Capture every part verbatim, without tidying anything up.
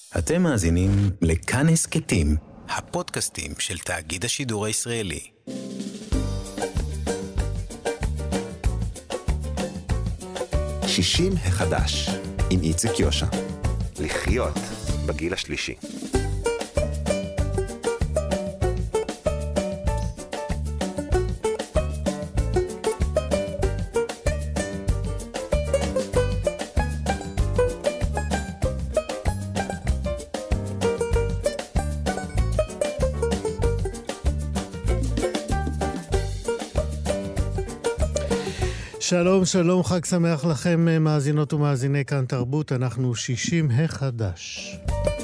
אתם מאזינים לכאן הסקטים, הפודקאסטים של תאגיד השידור הישראלי. שישים החדש, עם איציק יושע. לחיות בגיל השלישי. שלום, שלום, חג שמח לכם מאזינות ומאזיני כאן תרבות, אנחנו שישים החדש.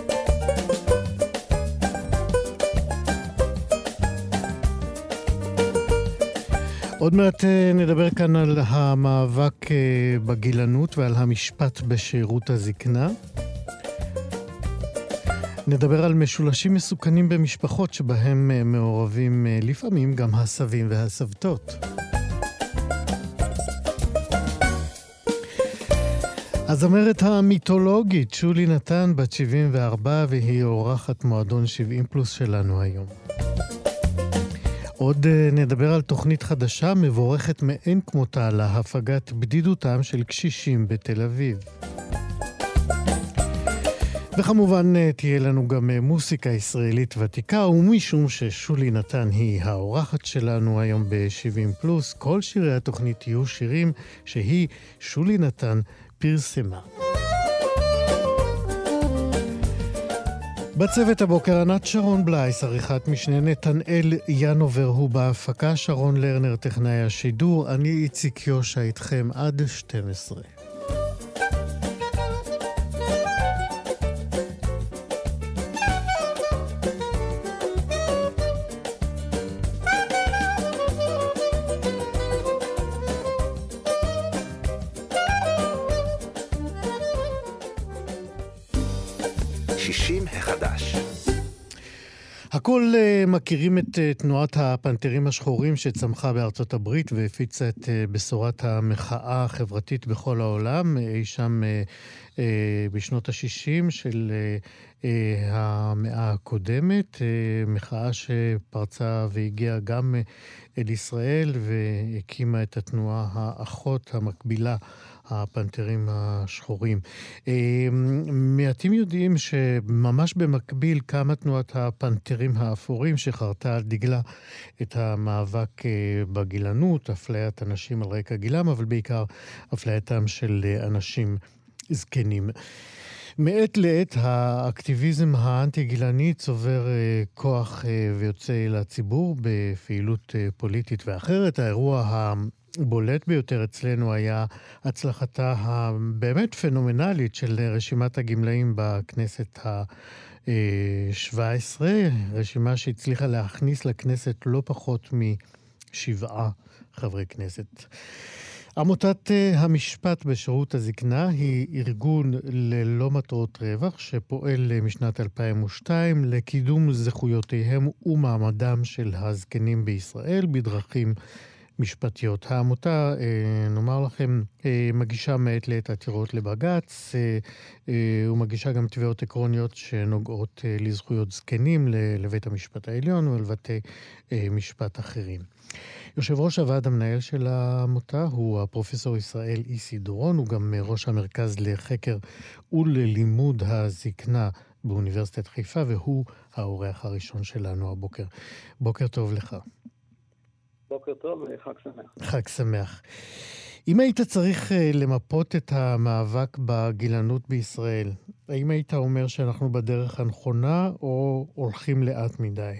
עוד מעט נדבר כאן על המאבק בגילנות ועל המשפט בשירות הזקנה. נדבר על משולשים מסוכנים במשפחות שבהם מעורבים לפעמים גם הסבים והסבתות. הזמרת המיתולוגית שולי נתן בת שבעים וארבע והיא אורחת מועדון שבעים פלוס שלנו היום. עוד נדבר על תוכנית חדשה מבורכת מאין כמותה להפגת בדידותם של קשישים בתל אביב. וכמובן תהיה לנו גם מוסיקה ישראלית ותיקה, ומשום ששולי נתן היא האורחת שלנו היום ב-שבעים פלוס, כל שירי התוכנית יהיו שירים שהיא שולי נתן פרסמה. בצוות הבוקר ענת שרון בלייס, עריכת משנה נתנאל ינובר הוא בהפקה, שרון לרנר טכנאי השידור, אני איציק יושע איתכם עד שתים עשרה. שישים החדש. הכל uh, מכירים את uh, תנועת הפנתרים השחורים שצמחה בארצות הברית והפיצה את uh, בשורת המחאה החברתית בכל העולם, אי שם uh, uh, בשנות ה-שישים של uh, uh, המאה הקודמת, uh, מחאה שפרצה והגיעה גם uh, אל ישראל והקימה את התנועה האחות המקבילה, הפנתרים השחורים. מעטים יודעים שממש במקביל קמה תנועת הפנתרים האפורים שחרתה על דגלה את המאבק בגילנות, אפליית אנשים על רקע גילם, אבל בעיקר אפלייתם של אנשים זקנים. מעת לעת האקטיביזם האנטי-גילני צובר כוח ויוצא לציבור בפעילות פוליטית ואחרת. האירוע ה... בולט ביותר אצלנו היה הצלחתה הבאמת פנומנלית של רשימת הגמלאים בכנסת ה-שבע עשרה, רשימה שהצליחה להכניס לכנסת לא פחות משבעה חברי כנסת. עמותת המשפט בשירות הזקנה היא ארגון ללא מטרות רווח שפועל משנת אלפיים ושתיים לקידום זכויותיהם ומעמדם של הזקנים בישראל בדרכים משפטיות. העמותה, נאמר לכם, מגישה מעת לעת עתירות לבג"ץ, ומגישה גם תביעות עקרוניות שנוגעות לזכויות זקנים לבית המשפט העליון ולבתי משפט אחרים. יושב ראש הוועד המנהל של העמותה הוא הפרופסור ישראל איסי דורון, הוא גם ראש המרכז לחקר וללימוד הזקנה באוניברסיטת חיפה, והוא האורח הראשון שלנו הבוקר. בוקר טוב לך. בוקר טוב וחג שמח. חג שמח. אם היית צריך למפות את המאבק בגילנות בישראל, האם היית אומר שאנחנו בדרך הנכונה או הולכים לאט מדי?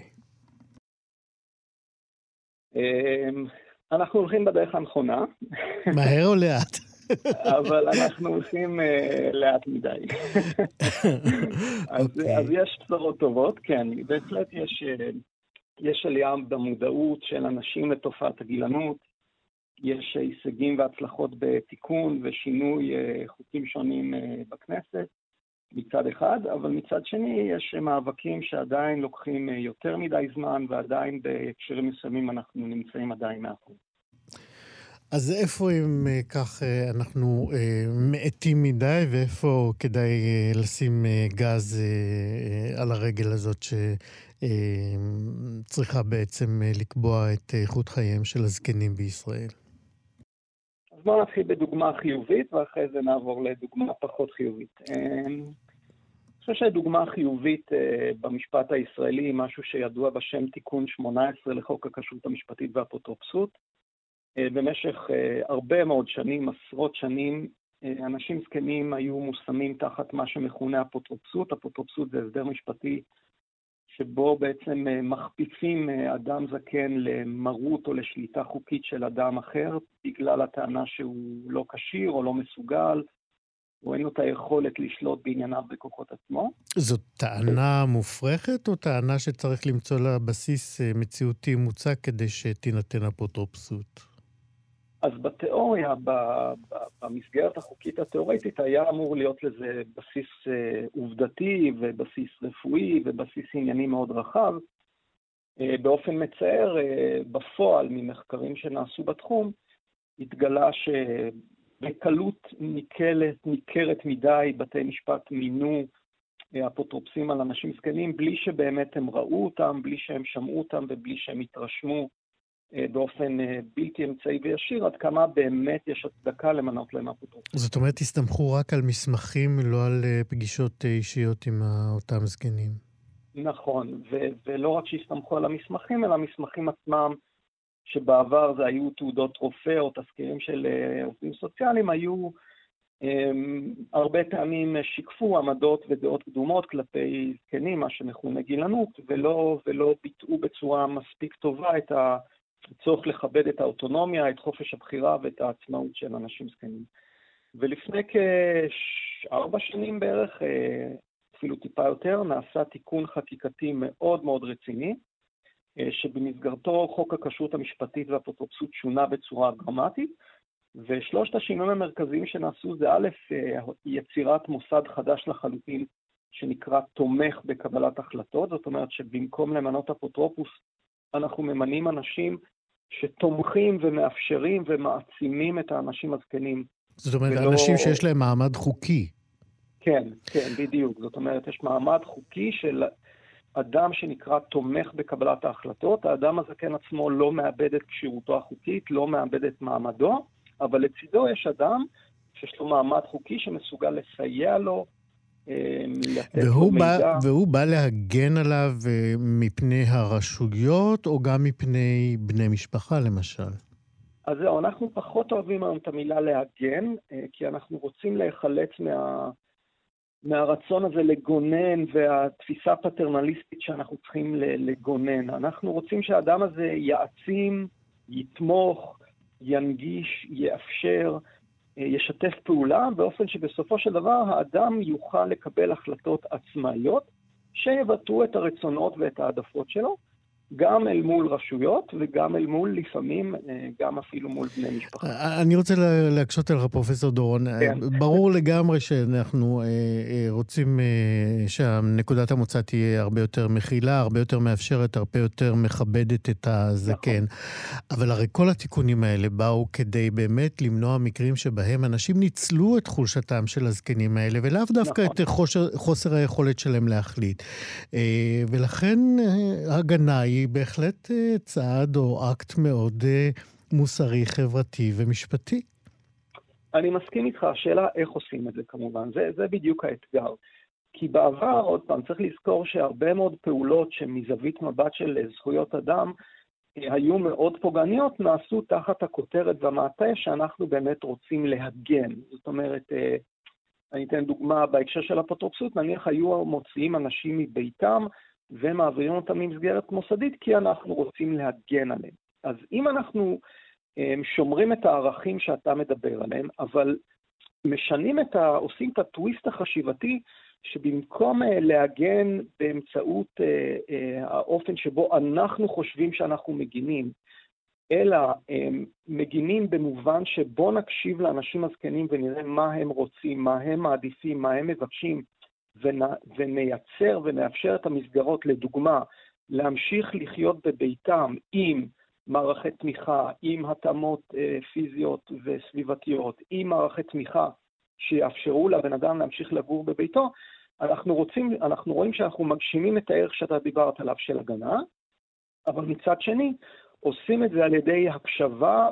אנחנו הולכים בדרך הנכונה. מהר או לאט? אבל אנחנו הולכים לאט מדי. אז יש בשורות טובות, כן. בהחלט יש... יש עלייה במודעות של אנשים לתופעת הגילנות, יש הישגים והצלחות בתיקון ושינוי חוקים שונים בכנסת מצד אחד, אבל מצד שני יש מאבקים שעדיין לוקחים יותר מדי זמן ועדיין בהקשרים מסוימים אנחנו נמצאים עדיין מאחור. אז איפה אם כך אנחנו מעטים מדי, ואיפה כדאי לשים גז על הרגל הזאת שצריכה בעצם לקבוע את איכות חייהם של הזקנים בישראל? אז בואו נתחיל בדוגמה חיובית, ואחרי זה נעבור לדוגמה פחות חיובית. אני חושב שהדוגמה חיובית במשפט הישראלי היא משהו שידוע בשם תיקון שמונה עשרה לחוק הכשרות המשפטית והאפוטרופסות. במשך הרבה מאוד שנים, עשרות שנים, אנשים זקנים היו מושמים תחת מה שמכונה אפוטרופסות. אפוטרופסות זה הסדר משפטי שבו בעצם מכפיפים אדם זקן למרות או לשליטה חוקית של אדם אחר, בגלל הטענה שהוא לא כשיר או לא מסוגל, או אין לו את היכולת לשלוט בענייניו בכוחות עצמו. זאת טענה מופרכת או טענה שצריך למצוא לה בסיס מציאותי מוצק כדי שתינתן אפוטרופסות? אז בתיאוריה, במסגרת החוקית התיאורטית, היה אמור להיות לזה בסיס עובדתי ובסיס רפואי ובסיס ענייני מאוד רחב. באופן מצער, בפועל ממחקרים שנעשו בתחום, התגלה שבקלות ניכרת, ניכרת מדי בתי משפט מינו אפוטרופסים על אנשים זקנים, בלי שבאמת הם ראו אותם, בלי שהם שמעו אותם ובלי שהם התרשמו באופן בלתי אמצעי וישיר, עד כמה באמת יש הצדקה למנות להם אפוטרופוס. זאת אומרת, הסתמכו רק על מסמכים, לא על פגישות אישיות עם אותם זקנים. נכון, ו- ולא רק שהסתמכו על המסמכים, אלא המסמכים עצמם, שבעבר זה היו תעודות רופא או תזכירים של עובדים סוציאליים, היו um, הרבה פעמים שיקפו עמדות ודעות קדומות כלפי זקנים, מה שמכונה גילנות, ולא, ולא ביטאו בצורה מספיק טובה את ה... צורך לכבד את האוטונומיה, את חופש הבחירה ואת העצמאות של אנשים זקנים. ולפני כארבע שנים בערך, אפילו טיפה יותר, נעשה תיקון חקיקתי מאוד מאוד רציני, שבמסגרתו חוק הכשרות המשפטית והאפוטרופסות שונה בצורה דרמטית, ושלושת השינויים המרכזיים שנעשו זה א', יצירת מוסד חדש לחלוטין, שנקרא תומך בקבלת החלטות, זאת אומרת שבמקום למנות אפוטרופוס, אנחנו ממנים אנשים שתומכים ומאפשרים ומעצימים את האנשים הזקנים. זאת אומרת, ולא... אנשים שיש להם מעמד חוקי. כן, כן, בדיוק. זאת אומרת, יש מעמד חוקי של אדם שנקרא תומך בקבלת ההחלטות. האדם הזקן עצמו לא מאבד את כשירותו החוקית, לא מאבד את מעמדו, אבל לצידו יש אדם שיש לו מעמד חוקי שמסוגל לסייע לו, והוא בא, והוא בא להגן עליו מפני הרשויות, או גם מפני בני משפחה, למשל? אז זהו, אנחנו פחות אוהבים היום את המילה להגן, כי אנחנו רוצים להיחלץ מה, מהרצון הזה לגונן, והתפיסה הפטרנליסטית שאנחנו צריכים לגונן. אנחנו רוצים שהאדם הזה יעצים, יתמוך, ינגיש, יאפשר, ישתף פעולה, באופן שבסופו של דבר האדם יוכל לקבל החלטות עצמאיות, שיבטאו את הרצונות ואת העדפות שלו, גם אל מול רשויות, וגם אל מול לפעמים, גם אפילו מול בני משפחה. אני רוצה להקשות עליך, פרופסור דורון. כן. ברור לגמרי שאנחנו רוצים שהנקודת המוצא תהיה הרבה יותר מכילה, הרבה יותר מאפשרת, הרבה יותר מכבדת את הזקן. נכון. אבל הרי כל התיקונים האלה באו כדי באמת למנוע מקרים שבהם אנשים ניצלו את חולשתם של הזקנים האלה, ולאו דווקא נכון. את חושר, חוסר היכולת שלהם להחליט. ולכן הגנה היא בהחלט צעד או אקט מאוד מוסרי, חברתי ומשפטי. אני מסכים איתך, השאלה איך עושים את זה כמובן, זה, זה בדיוק האתגר. כי בעבר, עוד פעם, צריך לזכור שהרבה מאוד פעולות שמזווית מבט של זכויות אדם, היו מאוד פוגעניות, נעשו תחת הכותרת והמעטה שאנחנו באמת רוצים להגן. זאת אומרת, אני אתן דוגמה בהקשר של אפוטרופסות, נניח היו מוציאים אנשים מביתם, ומעבירים אותם ממסגרת מוסדית, כי אנחנו רוצים להגן עליהם. אז אם אנחנו שומרים את הערכים שאתה מדבר עליהם, אבל משנים את ה... עושים את הטוויסט החשיבתי, שבמקום להגן באמצעות האופן שבו אנחנו חושבים שאנחנו מגינים, אלא מגינים במובן שבו נקשיב לאנשים הזקנים ונראה מה הם רוצים, מה הם מעדיפים, מה הם מבקשים, ונייצר ונאפשר את המסגרות, לדוגמה, להמשיך לחיות בביתם עם מערכי תמיכה, עם התאמות אה, פיזיות וסביבתיות, עם מערכי תמיכה שיאפשרו לבן אדם להמשיך לגור בביתו, אנחנו רוצים, אנחנו רואים שאנחנו מגשימים את הערך שאתה דיברת עליו של הגנה, אבל מצד שני, עושים את זה על ידי הקשבה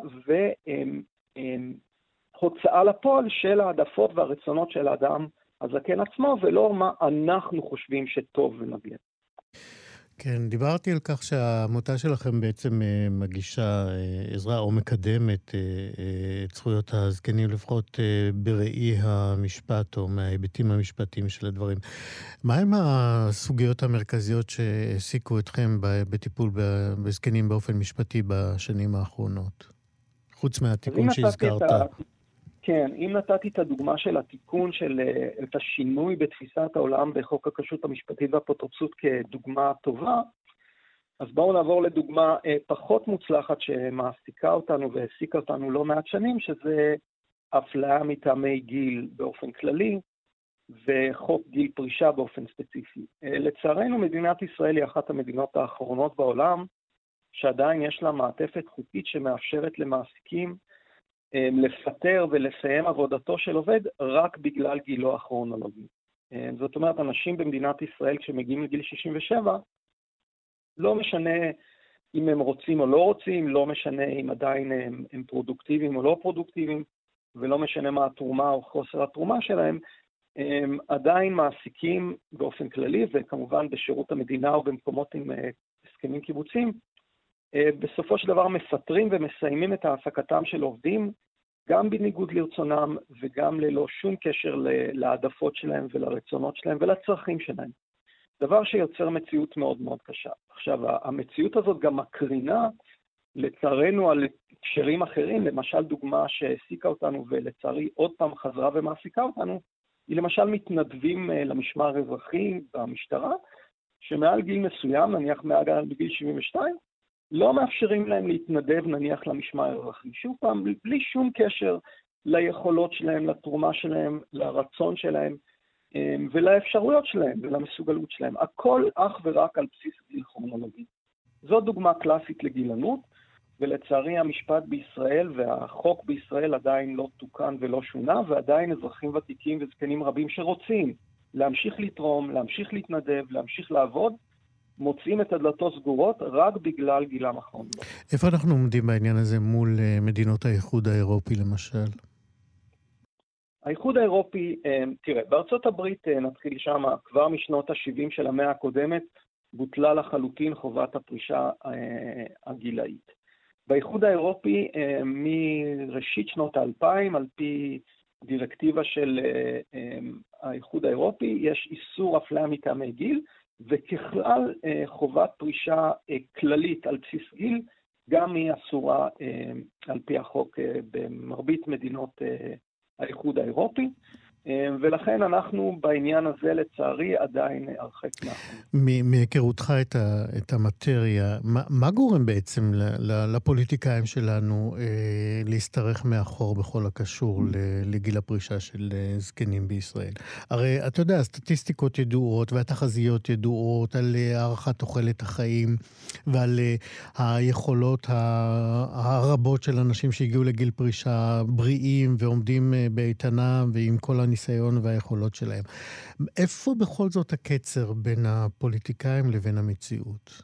והוצאה לפועל של העדפות והרצונות של האדם הזקן עצמו, ולא מה אנחנו חושבים שטוב ומגיע. כן, דיברתי על כך שהעמותה שלכם בעצם מגישה עזרה או מקדמת את זכויות הזקנים, לפחות בראי המשפט או מההיבטים המשפטיים של הדברים. מה הם הסוגיות המרכזיות שהעסיקו אתכם בטיפול בזקנים באופן משפטי בשנים האחרונות? חוץ מהתיקון שהזכרת. כן, אם נתתי את הדוגמה של התיקון של את השינוי בתפיסת העולם בחוק הכשרות המשפטית והאפוטרופסות כדוגמה טובה, אז בואו נעבור לדוגמה פחות מוצלחת שמעסיקה אותנו והעסיקה אותנו לא מעט שנים, שזה אפליה מטעמי גיל באופן כללי וחוק גיל פרישה באופן ספציפי. לצערנו מדינת ישראל היא אחת המדינות האחרונות בעולם שעדיין יש לה מעטפת חוקית שמאפשרת למעסיקים לפטר ולסיים עבודתו של עובד רק בגלל גילו הכרונולוגי. זאת אומרת, אנשים במדינת ישראל כשמגיעים לגיל שישים ושבע, לא משנה אם הם רוצים או לא רוצים, לא משנה אם עדיין הם, הם פרודוקטיביים או לא פרודוקטיביים, ולא משנה מה התרומה או חוסר התרומה שלהם, הם עדיין מעסיקים באופן כללי, וכמובן בשירות המדינה או במקומות עם הסכמים קיבוציים, בסופו של דבר מפטרים ומסיימים את העסקתם של עובדים, גם בניגוד לרצונם וגם ללא שום קשר להעדפות שלהם ולרצונות שלהם ולצרכים שלהם. דבר שיוצר מציאות מאוד מאוד קשה. עכשיו, המציאות הזאת גם מקרינה לצערנו על קשרים אחרים, למשל דוגמה שהעסיקה אותנו ולצערי עוד פעם חזרה ומעסיקה אותנו, היא למשל מתנדבים למשמר האזרחי במשטרה, שמעל גיל מסוים, נניח מעל גיל שבעים ושתיים, לא מאפשרים להם להתנדב נניח למשמר האזרחי. שוב פעם, בלי שום קשר ליכולות שלהם, לתרומה שלהם, לרצון שלהם, ולאפשרויות שלהם ולמסוגלות שלהם. הכל אך ורק על בסיס גיל כרונולוגי. זו דוגמה קלאסית לגילנות, ולצערי המשפט בישראל והחוק בישראל עדיין לא תוקן ולא שונה, ועדיין אזרחים ותיקים וזקנים רבים שרוצים להמשיך לתרום, להמשיך להתנדב, להמשיך לעבוד, מוצאים את הדלתות סגורות רק בגלל גילם הכרונולוגי. איפה אנחנו עומדים בעניין הזה מול מדינות האיחוד האירופי למשל? האיחוד האירופי, תראה, בארצות הברית נתחיל שם, כבר משנות ה-שבעים של המאה הקודמת, בוטלה לחלוטין חובת הפרישה הגילאית. באיחוד האירופי, מראשית שנות ה-אלפיים, על פי דירקטיבה של האיחוד האירופי, יש איסור אפליה מטעמי גיל, וככלל חובת פרישה כללית על בסיס גיל, גם היא אסורה על פי החוק במרבית מדינות האיחוד האירופי, ולכן אנחנו בעניין הזה לצערי עדיין הרחק מאחור. מהיכרותך את, את המטריה, מה, מה גורם בעצם לפוליטיקאים שלנו אה, להסתרך מאחור בכל הקשור לגיל הפרישה של זקנים בישראל? הרי אתה יודע, הסטטיסטיקות ידועות והתחזיות ידועות על הערכת תוחלת החיים ועל היכולות הרבות של אנשים שהגיעו לגיל פרישה בריאים ועומדים באיתנם ועם כל הניסיון והיכולות שלהם. איפה בכל זאת הקצר בין הפוליטיקאים לבין המציאות?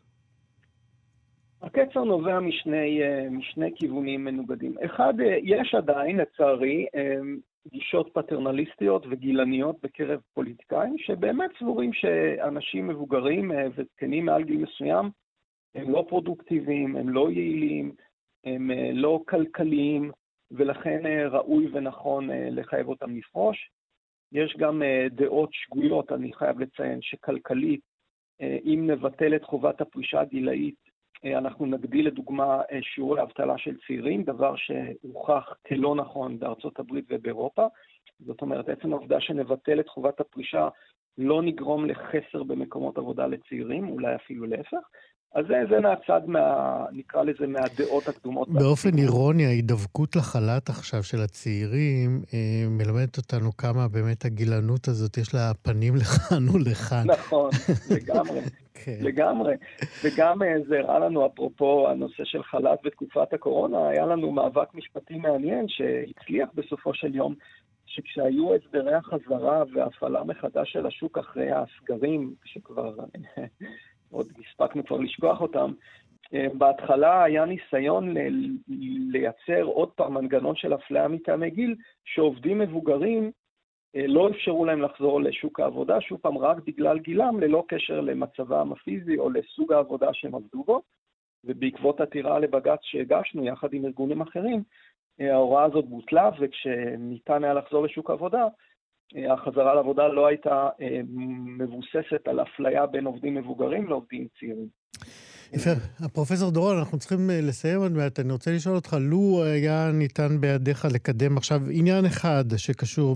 הקצר נובע משני, משני כיוונים מנוגדים. אחד, יש עדיין, לצערי, גישות פטרנליסטיות וגילניות בקרב פוליטיקאים, שבאמת סבורים שאנשים מבוגרים וזקנים מעל גיל מסוים, הם לא פרודוקטיביים, הם לא יעילים, הם לא כלכליים, ולכן ראוי ונכון לחייב אותם לפרוש. יש גם דעות שגויות, אני חייב לציין, שכלכלית, אם נבטל את חובת הפרישה הגילאית, אנחנו נגדיל לדוגמה שיעורי האבטלה של צעירים, דבר שהוכח כלא נכון בארצות הברית ובאירופה. זאת אומרת, עצם העובדה שנבטל את חובת הפרישה לא נגרום לחסר במקומות עבודה לצעירים, אולי אפילו להפך. אז זה, זה מהצד, מה, נקרא לזה, מהדעות הקדומות. באופן אירוני, ההידבקות לחל"ת עכשיו של הצעירים אה, מלמדת אותנו כמה באמת הגילנות הזאת, יש לה פנים לכאן ולכאן. נכון, לגמרי. כן. לגמרי. וגם זה הראה לנו, אפרופו הנושא של חל"ת בתקופת הקורונה, היה לנו מאבק משפטי מעניין שהצליח בסופו של יום, שכשהיו הסדרי החזרה והפעלה מחדש של השוק אחרי הסגרים, שכבר עוד הספקנו כבר לשכוח אותם, בהתחלה היה ניסיון לייצר עוד פעם מנגנון של אפליה מטעמי גיל, שעובדים מבוגרים לא אפשרו להם לחזור לשוק העבודה, שוב פעם רק בגלל גילם, ללא קשר למצבם הפיזי או לסוג העבודה שהם עבדו בו, ובעקבות עתירה לבג"ץ שהגשנו יחד עם ארגונים אחרים, ההוראה הזאת בוטלה, וכשניתן היה לחזור לשוק העבודה, החזרה לעבודה לא הייתה מבוססת על אפליה בין עובדים מבוגרים לעובדים צעירים. יפה. הפרופסור דורון, אנחנו צריכים לסיים עוד מעט. אני רוצה לשאול אותך, לו היה ניתן בידיך לקדם עכשיו עניין אחד שקשור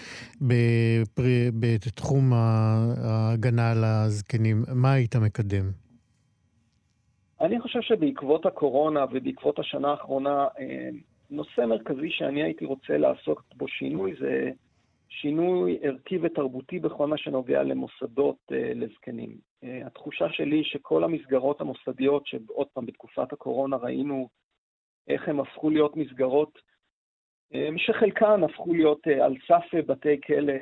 בתחום ההגנה על הזקנים, מה היית מקדם? אני חושב שבעקבות הקורונה ובעקבות השנה האחרונה, נושא מרכזי שאני הייתי רוצה לעשות בו שינוי, זה שינוי ערכי ותרבותי בכל מה שנוגע למוסדות לזקנים. התחושה שלי שכל המסגרות המוסדיות, שעוד פעם בתקופת הקורונה ראינו איך הם הפכו להיות מסגרות, שחלקן הפכו להיות על סף בתי כלא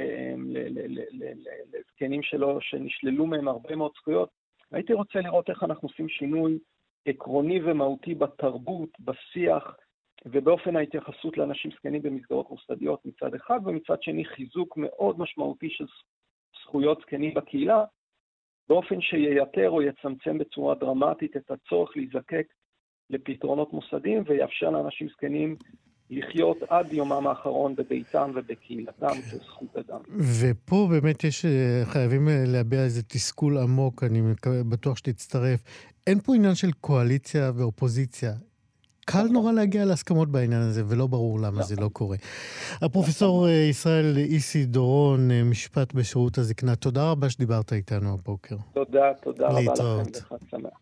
לזקנים שלו, שנשללו מהם הרבה מאוד זכויות. הייתי רוצה לראות איך אנחנו עושים שינוי עקרוני ומהותי בתרבות, בשיח, ובאופן ההתייחסות לאנשים זקנים במסגרות מוסדיות מצד אחד, ומצד שני חיזוק מאוד משמעותי של זכויות זקנים בקהילה, באופן שייתר או יצמצם בצורה דרמטית את הצורך להיזקק לפתרונות מוסדיים, ויאפשר לאנשים זקנים לחיות עד יומם האחרון בביתם ובקהילתם כזכות אדם. ופה באמת יש, חייבים להביע איזה תסכול עמוק, אני בטוח שתצטרף. אין פה עניין של קואליציה ואופוזיציה. קל נורא להגיע להסכמות בעניין הזה, ולא ברור למה זה לא קורה. הפרופסור ישראל איסי דורון, משפט בשירות הזקנה, תודה רבה שדיברת איתנו הבוקר. תודה, תודה רבה לכם, לחג שמח.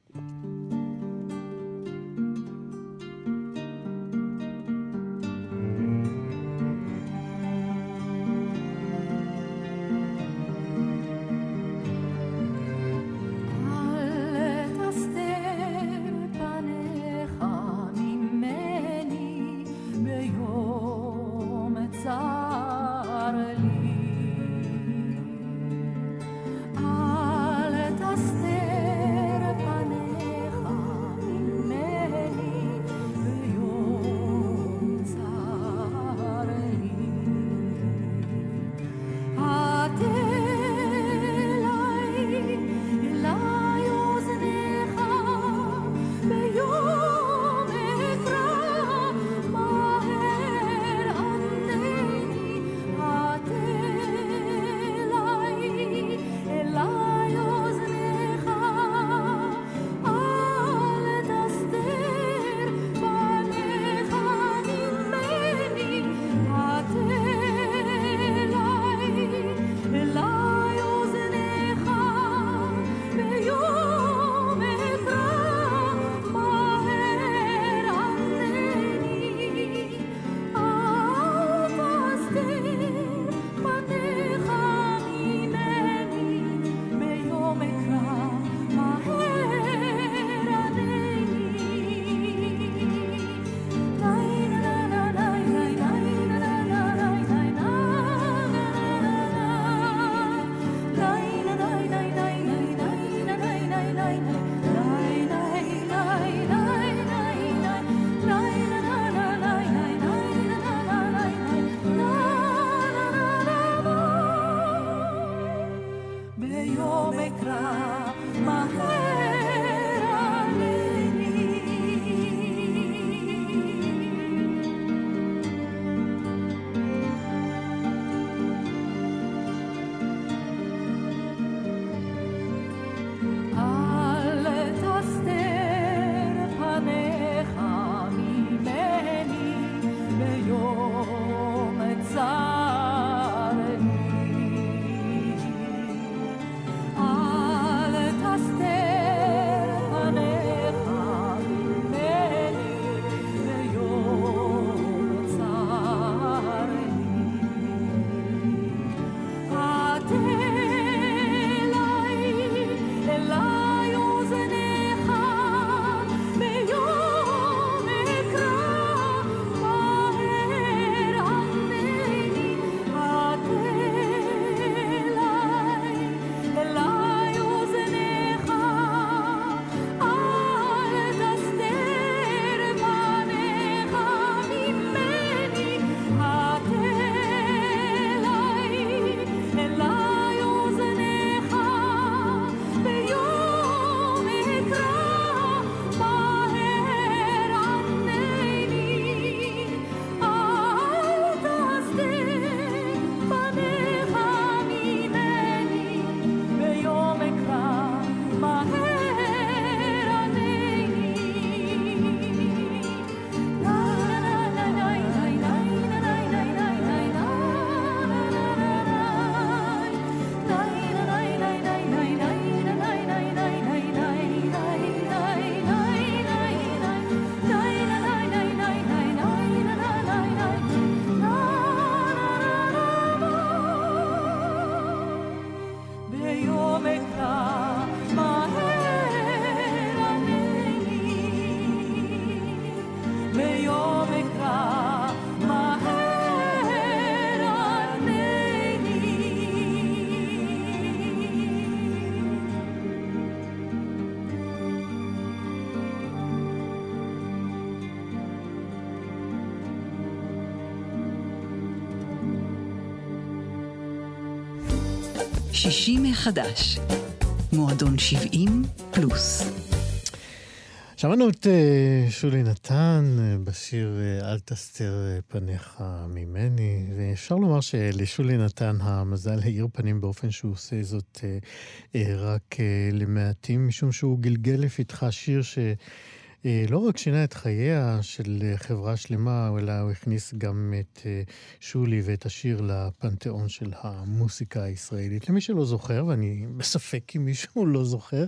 שישי מחדש. מועדון שבעים פלוס. שמענו את שולי נתן בשיר אל תסתר פניך ממני, ואפשר לומר שלשולי נתן המזל האיר פנים באופן שהוא עושה זאת רק למעטים, משום שהוא גלגל לפתחה שיר ש... לא רק שינה את חייה של חברה שלמה, אלא הוא הכניס גם את שולי ואת השיר לפנתיאון של המוסיקה הישראלית. למי שלא זוכר, ואני בספק אם מישהו לא זוכר,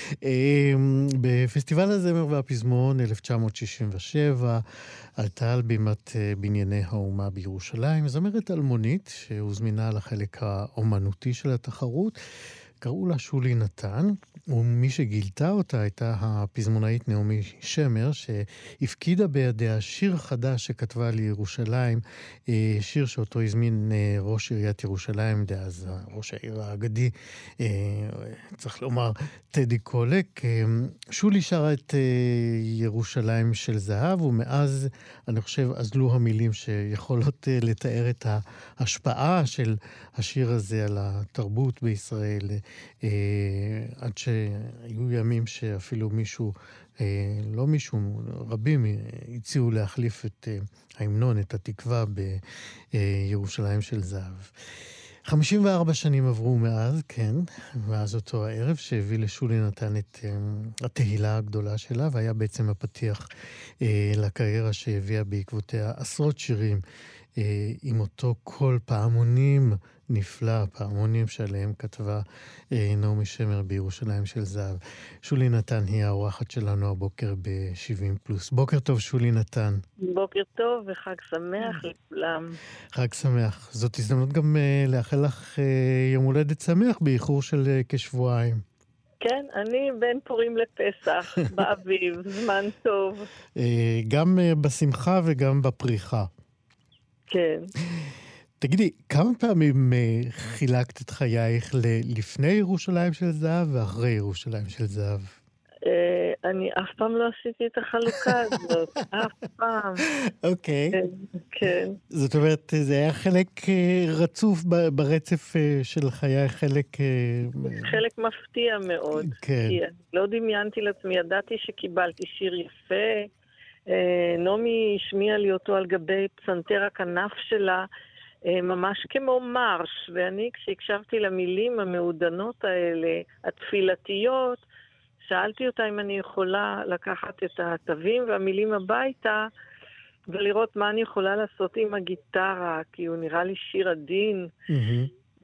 בפסטיבל הזמר והפזמון אלף תשע מאות שישים ושבע עלתה על בימת בנייני האומה בירושלים זמרת אלמונית שהוזמינה לחלק האומנותי של התחרות. קראו לה שולי נתן, ומי שגילתה אותה הייתה הפזמונאית נעמי שמר, שהפקידה בידיה שיר חדש שכתבה לירושלים, שיר שאותו הזמין ראש עיריית ירושלים, דאז ראש העיר האגדי, צריך לומר, טדי קולק. שולי שרה את ירושלים של זהב, ומאז, אני חושב, אזלו המילים שיכולות לתאר את ההשפעה של השיר הזה על התרבות בישראל, עד שהיו ימים שאפילו מישהו, לא מישהו, רבים הציעו להחליף את ההמנון, את התקווה בירושלים של זהב. חמישים וארבע שנים עברו מאז, כן, מאז אותו הערב שהביא לשולי נתן את התהילה הגדולה שלה, והיה בעצם הפתיח לקריירה שהביאה בעקבותיה עשרות שירים עם אותו קול פעמונים נפלא, פעמונים שעליהם כתבה נעמי שמר בירושלים של זהב. שולי נתן היא האורחת שלנו הבוקר ב-שבעים פלוס. בוקר טוב שולי נתן. בוקר טוב וחג שמח לכולם. חג שמח. זאת הזדמנות גם לאחל לך יום הולדת שמח באיחור של כשבועיים. כן, אני בין פורים לפסח, באביב, זמן טוב. גם בשמחה וגם בפריחה. כן. תגידי, כמה פעמים חילקת את חייך לפני ירושלים של זהב ואחרי ירושלים של זהב? אני אף פעם לא עשיתי את החלוקה הזאת, אף פעם. אוקיי. כן. זאת אומרת, זה היה חלק רצוף ברצף של חיי, חלק... חלק מפתיע מאוד. כן. לא דמיינתי לעצמי, ידעתי שקיבלתי שיר יפה, נעמי השמיעה לי אותו על גבי פסנתר הכנף שלה, ממש כמו מרש, ואני כשהקשבתי למילים המעודנות האלה, התפילתיות, שאלתי אותה אם אני יכולה לקחת את התווים והמילים הביתה, ולראות מה אני יכולה לעשות עם הגיטרה, כי הוא נראה לי שיר עדין, mm-hmm.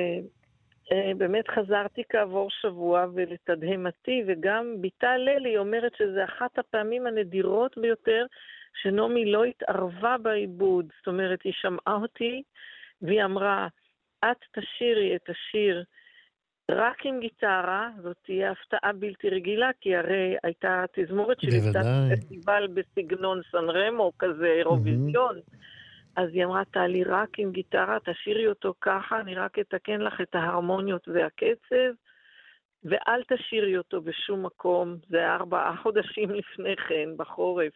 ובאמת חזרתי כעבור שבוע, ולתדהמתי, וגם ביתה ללי אומרת שזה אחת הפעמים הנדירות ביותר, שנעמי לא התערבה בעיבוד, זאת אומרת, היא שמעה אותי, והיא אמרה, את תשירי את השיר רק עם גיטרה, זאת תהיה הפתעה בלתי רגילה, כי הרי הייתה תזמורת שליטת פסטיבל בסגנון סן רמו, כזה אירוויזיון, mm-hmm. אז היא אמרה, תעלי רק עם גיטרה, תשירי אותו ככה, אני רק אתקן לך את ההרמוניות והקצב, ואל תשירי אותו בשום מקום, זה היה ארבעה חודשים לפני כן, בחורף.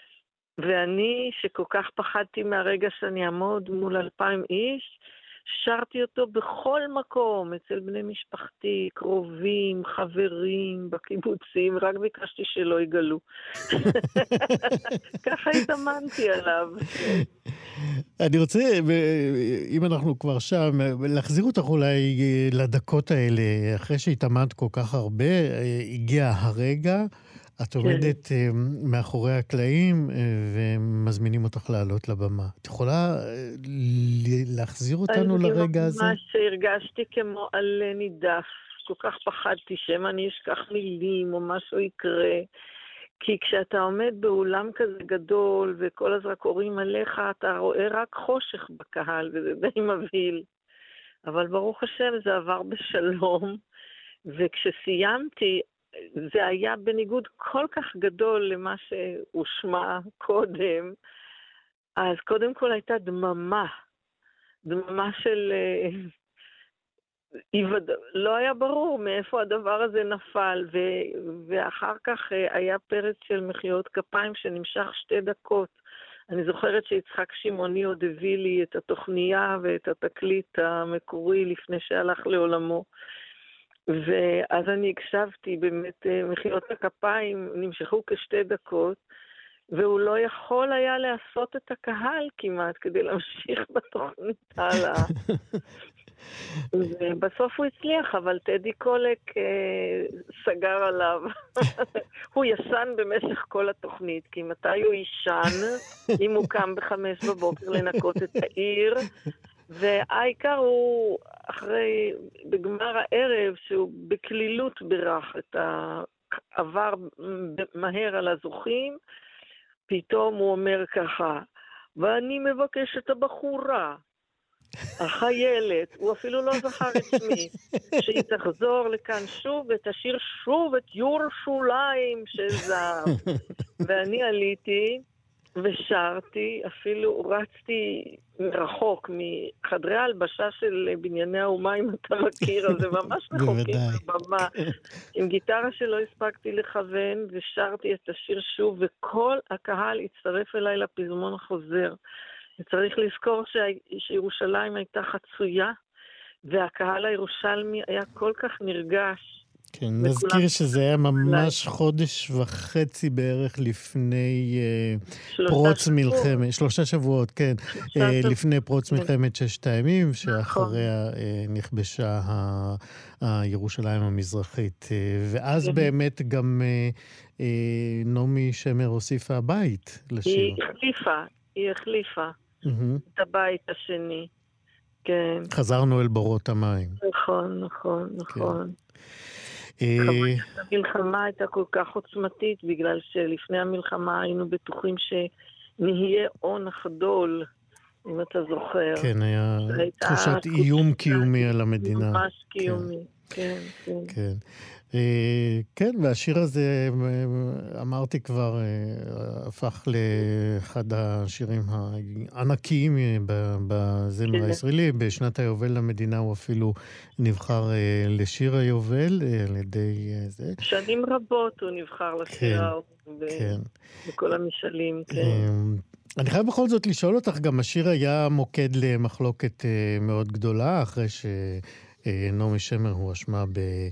ואני, שכל כך פחדתי מהרגע שאני אעמוד מול אלפיים איש, שרתי אותו בכל מקום, אצל בני משפחתי, קרובים, חברים, בקיבוצים, רק ביקשתי שלא יגלו. ככה התאמנתי עליו. אני רוצה, אם אנחנו כבר שם, להחזיר אותך אולי לדקות האלה, אחרי שהתאמנת כל כך הרבה, הגיע הרגע, את עומדת מאחורי הקלעים ומזמינים אותך לעלות לבמה. את יכולה להחזיר אותנו לרגע הזה? אני ממש הרגשתי כמו על נידף. כל כך פחדתי שמא אני אשכח מילים או משהו יקרה. כי כשאתה עומד באולם כזה גדול וכל הזרקורים עליך, אתה רואה רק חושך בקהל, וזה די מבהיל. אבל ברוך השם זה עבר בשלום. וכשסיימתי, זה היה בניגוד כל כך גדול למה שהושמע קודם. אז קודם כל הייתה דממה. דממה של... לא היה ברור מאיפה הדבר הזה נפל, ו- ואחר כך היה פרץ של מחיאות כפיים שנמשך שתי דקות. אני זוכרת שיצחק שמעוני עוד הביא לי את התוכניה ואת התקליט המקורי לפני שהלך לעולמו. ואז אני הקשבתי, באמת מחיאות הכפיים נמשכו כשתי דקות, והוא לא יכול היה לעשות את הקהל כמעט כדי להמשיך בתוכנית הלאה. ובסוף הוא הצליח, אבל טדי קולק אה, סגר עליו. הוא ישן במשך כל התוכנית, כי מתי הוא ישן, אם הוא קם בחמש בבוקר לנקות את העיר, והעיקר הוא אחרי, בגמר הערב, שהוא בכלילות ברח את העבר מהר על הזוכים, פתאום הוא אומר ככה, ואני מבקש את הבחורה, החיילת, הוא אפילו לא זכר את שמי, שהיא תחזור לכאן שוב ותשאיר שוב את ירושלים של זהב. ואני עליתי ושרתי, אפילו רצתי מרחוק מחדרי ההלבשה של בנייני האומה, אם אתה מכיר, אז זה ממש רחוקים בבמה, עם גיטרה שלא הספקתי לכוון, ושרתי את השיר שוב, וכל הקהל הצטרף אליי לפזמון החוזר. וצריך לזכור שירושלים הייתה חצויה, והקהל הירושלמי היה כל כך נרגש. כן, נזכיר שזה היה ממש חודש וחצי בערך לפני פרוץ מלחמת, שלושה שבועות, כן, לפני פרוץ מלחמת ששת הימים, שאחריה נכבשה הירושלים המזרחית. ואז באמת גם נעמי שמר הוסיפה בית לשיר. היא החליפה, היא החליפה את הבית השני, כן. חזרנו אל בורות המים. נכון, נכון, נכון. המלחמה הייתה כל כך עוצמתית, בגלל שלפני המלחמה היינו בטוחים שנהיה און החדול, אם אתה זוכר. כן, היה תחושת איום קיומי על המדינה. ממש קיומי, כן, כן. כן, והשיר הזה, אמרתי כבר, הפך לאחד השירים הענקיים בזמר הישראלי. בשנת היובל למדינה הוא אפילו נבחר לשיר היובל על ידי זה. שנים רבות הוא נבחר לשיר בכל המשאלים, כן. אני חייב בכל זאת לשאול אותך, גם השיר היה מוקד למחלוקת מאוד גדולה, אחרי ש... נעמי שמר הואשמה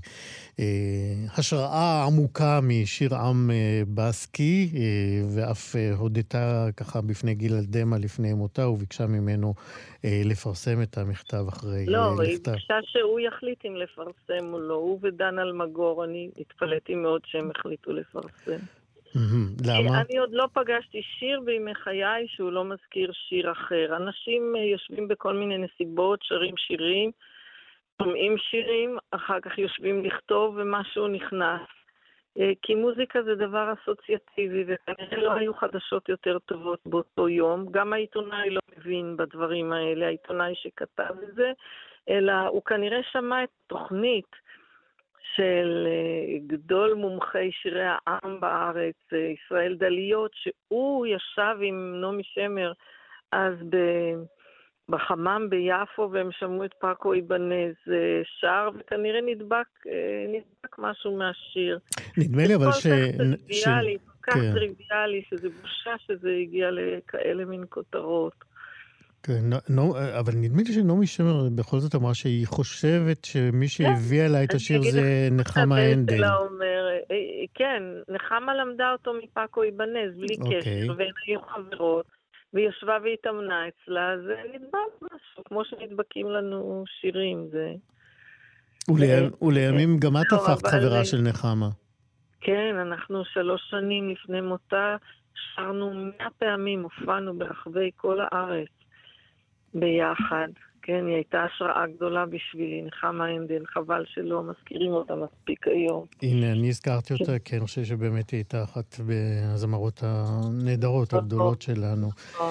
בהשראה עמוקה משיר עם בסקי, ואף הודתה ככה בפני גיל אלדמה לפני מותה, וביקשה ממנו לפרסם את המכתב אחרי לכתב. לא, היא ביקשה שהוא יחליט אם לפרסם או לא. הוא ודן אלמגור, אני התפלאתי מאוד שהם החליטו לפרסם. למה? אני עוד לא פגשתי שיר בימי חיי שהוא לא מזכיר שיר אחר. אנשים יושבים בכל מיני נסיבות, שרים שירים, שומעים שירים, אחר כך יושבים לכתוב ומשהו נכנס. כי מוזיקה זה דבר אסוציאטיבי, וכנראה לא היו חדשות יותר טובות באותו יום. גם העיתונאי לא מבין בדברים האלה, העיתונאי שכתב את זה, אלא הוא כנראה שמע את תוכנית של גדול מומחי שירי העם בארץ, ישראל דליות, שהוא ישב עם נעמי שמר אז ב... בחמם ביפו, והם שמעו את פאקו איבנז שר, וכנראה נדבק, נדבק משהו מהשיר. נדמה לי אבל ש... כל כך טריוויאלי, כל כך טריוויאלי, שזה בושה שזה הגיע לכאלה מין כותרות. כן, אבל נדמה לי שנעמי שמר בכל זאת אמרה שהיא חושבת שמי שהביאה לה את השיר זה נחמה הנדל. כן, נחמה למדה אותו מפאקו איבנז, בלי קשר, והן היו חברות. והיא ישבה והתאמנה אצלה, זה נדבק משהו, כמו שנדבקים לנו שירים, זה... ולימים גם את הפכת חברה של נחמה. כן, אנחנו שלוש שנים לפני מותה, שרנו מאה פעמים, הופענו ברחבי כל הארץ ביחד. כן, היא הייתה השראה גדולה בשבילי, נחמה הנדל, חבל שלא מזכירים אותה מספיק היום. הנה, אני הזכרתי אותה, כי אני חושב שבאמת היא הייתה אחת מהזמרות הנהדרות הגדולות שלנו.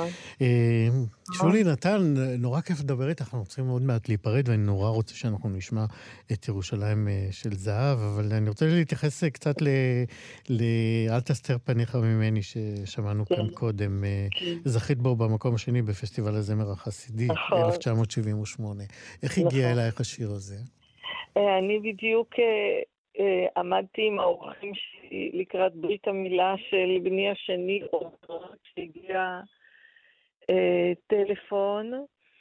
שולי נתן, נורא כיף לדבר איתך, אנחנו צריכים מאוד מעט להיפרד, ואני נורא רוצה שאנחנו נשמע את ירושלים של זהב, אבל אני רוצה להתייחס קצת לאל תסתר פניך ממני, ששמענו כאן קודם. זכית בו במקום השני בפסטיבל הזמר החסידי, אלף תשע מאות שבעים ושמונה. איך הגיע אלייך השיר הזה? אני בדיוק עמדתי עם האורחים שלי לקראת ברית המילה של בני השני, שהגיע אה, טלפון,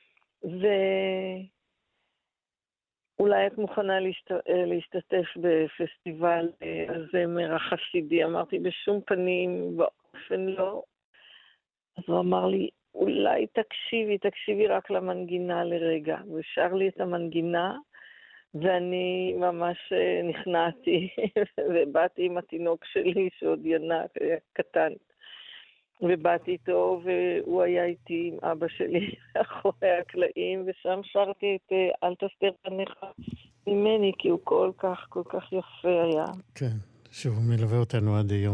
ואולי את מוכנה להשת... להשתתף בפסטיבל הזמר החסידי. אמרתי, בשום פנים, באופן לא. אז הוא אמר לי, אולי תקשיבי, תקשיבי רק למנגינה לרגע. הוא שר לי את המנגינה, ואני ממש נכנעתי, ובאתי עם התינוק שלי שעוד ינק, היה קטן. ובאתי איתו, והוא היה איתי עם אבא שלי אחורי הקלעים, ושם שרתי את אל תסתר פניך ממני, כי הוא כל כך, כל כך יפה היה. כן, שהוא מלווה אותנו עד היום.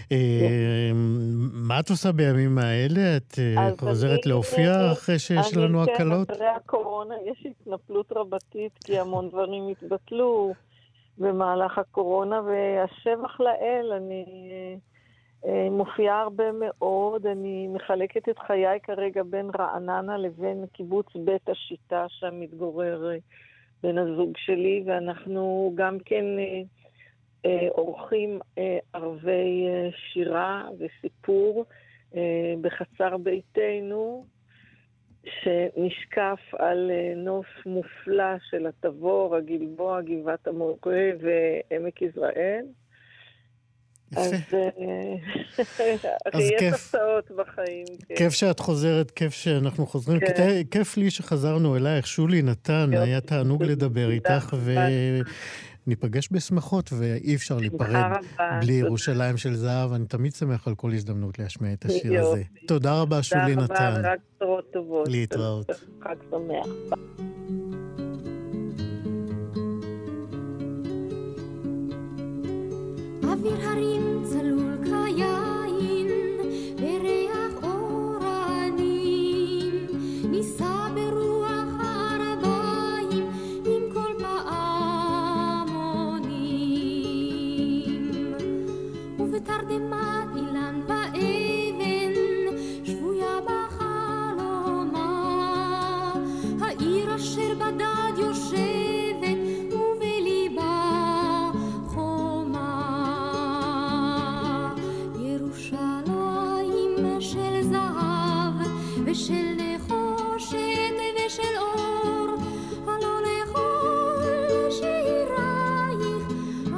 מה את עושה בימים האלה? את חוזרת להופיע אחרי שיש לנו הקלות? אחרי הקורונה יש התנפלות רבתית, כי המון דברים התבטלו במהלך הקורונה, והשבח לאל, אני מופיעה הרבה מאוד, אני מחלקת את חיי כרגע בין רעננה לבין קיבוץ בית השיטה, שם מתגורר בן הזוג שלי, ואנחנו גם כן עורכים ערבי שירה וסיפור בחצר ביתנו, שנשקף על נוף מופלא של התבור, הגלבוע, גבעת המורה ועמק יזרעאל. אז יש הפתעות בחיים. כיף שאת חוזרת, כיף שאנחנו חוזרים. כיף לי שחזרנו אלייך. שולי נתן, היה תענוג לדבר איתך, וניפגש בשמחות, ואי אפשר להיפרד בלי ירושלים של זהב. אני תמיד שמח על כל הזדמנות להשמיע את השיר הזה. תודה רבה, שולי נתן. תודה רבה, רק בשורות טובות. להתראות. חג שמח. אוויר הרים צלול כיין, בריח אורנים, ניסה ברוח הערביים, עם כל פעמונים. ובתרדמת אילן ואבן, שבויה בחלומה, העיר אשר בדד יושבת, ובליבה של נחושת ושל אור, הלא לכל שירייך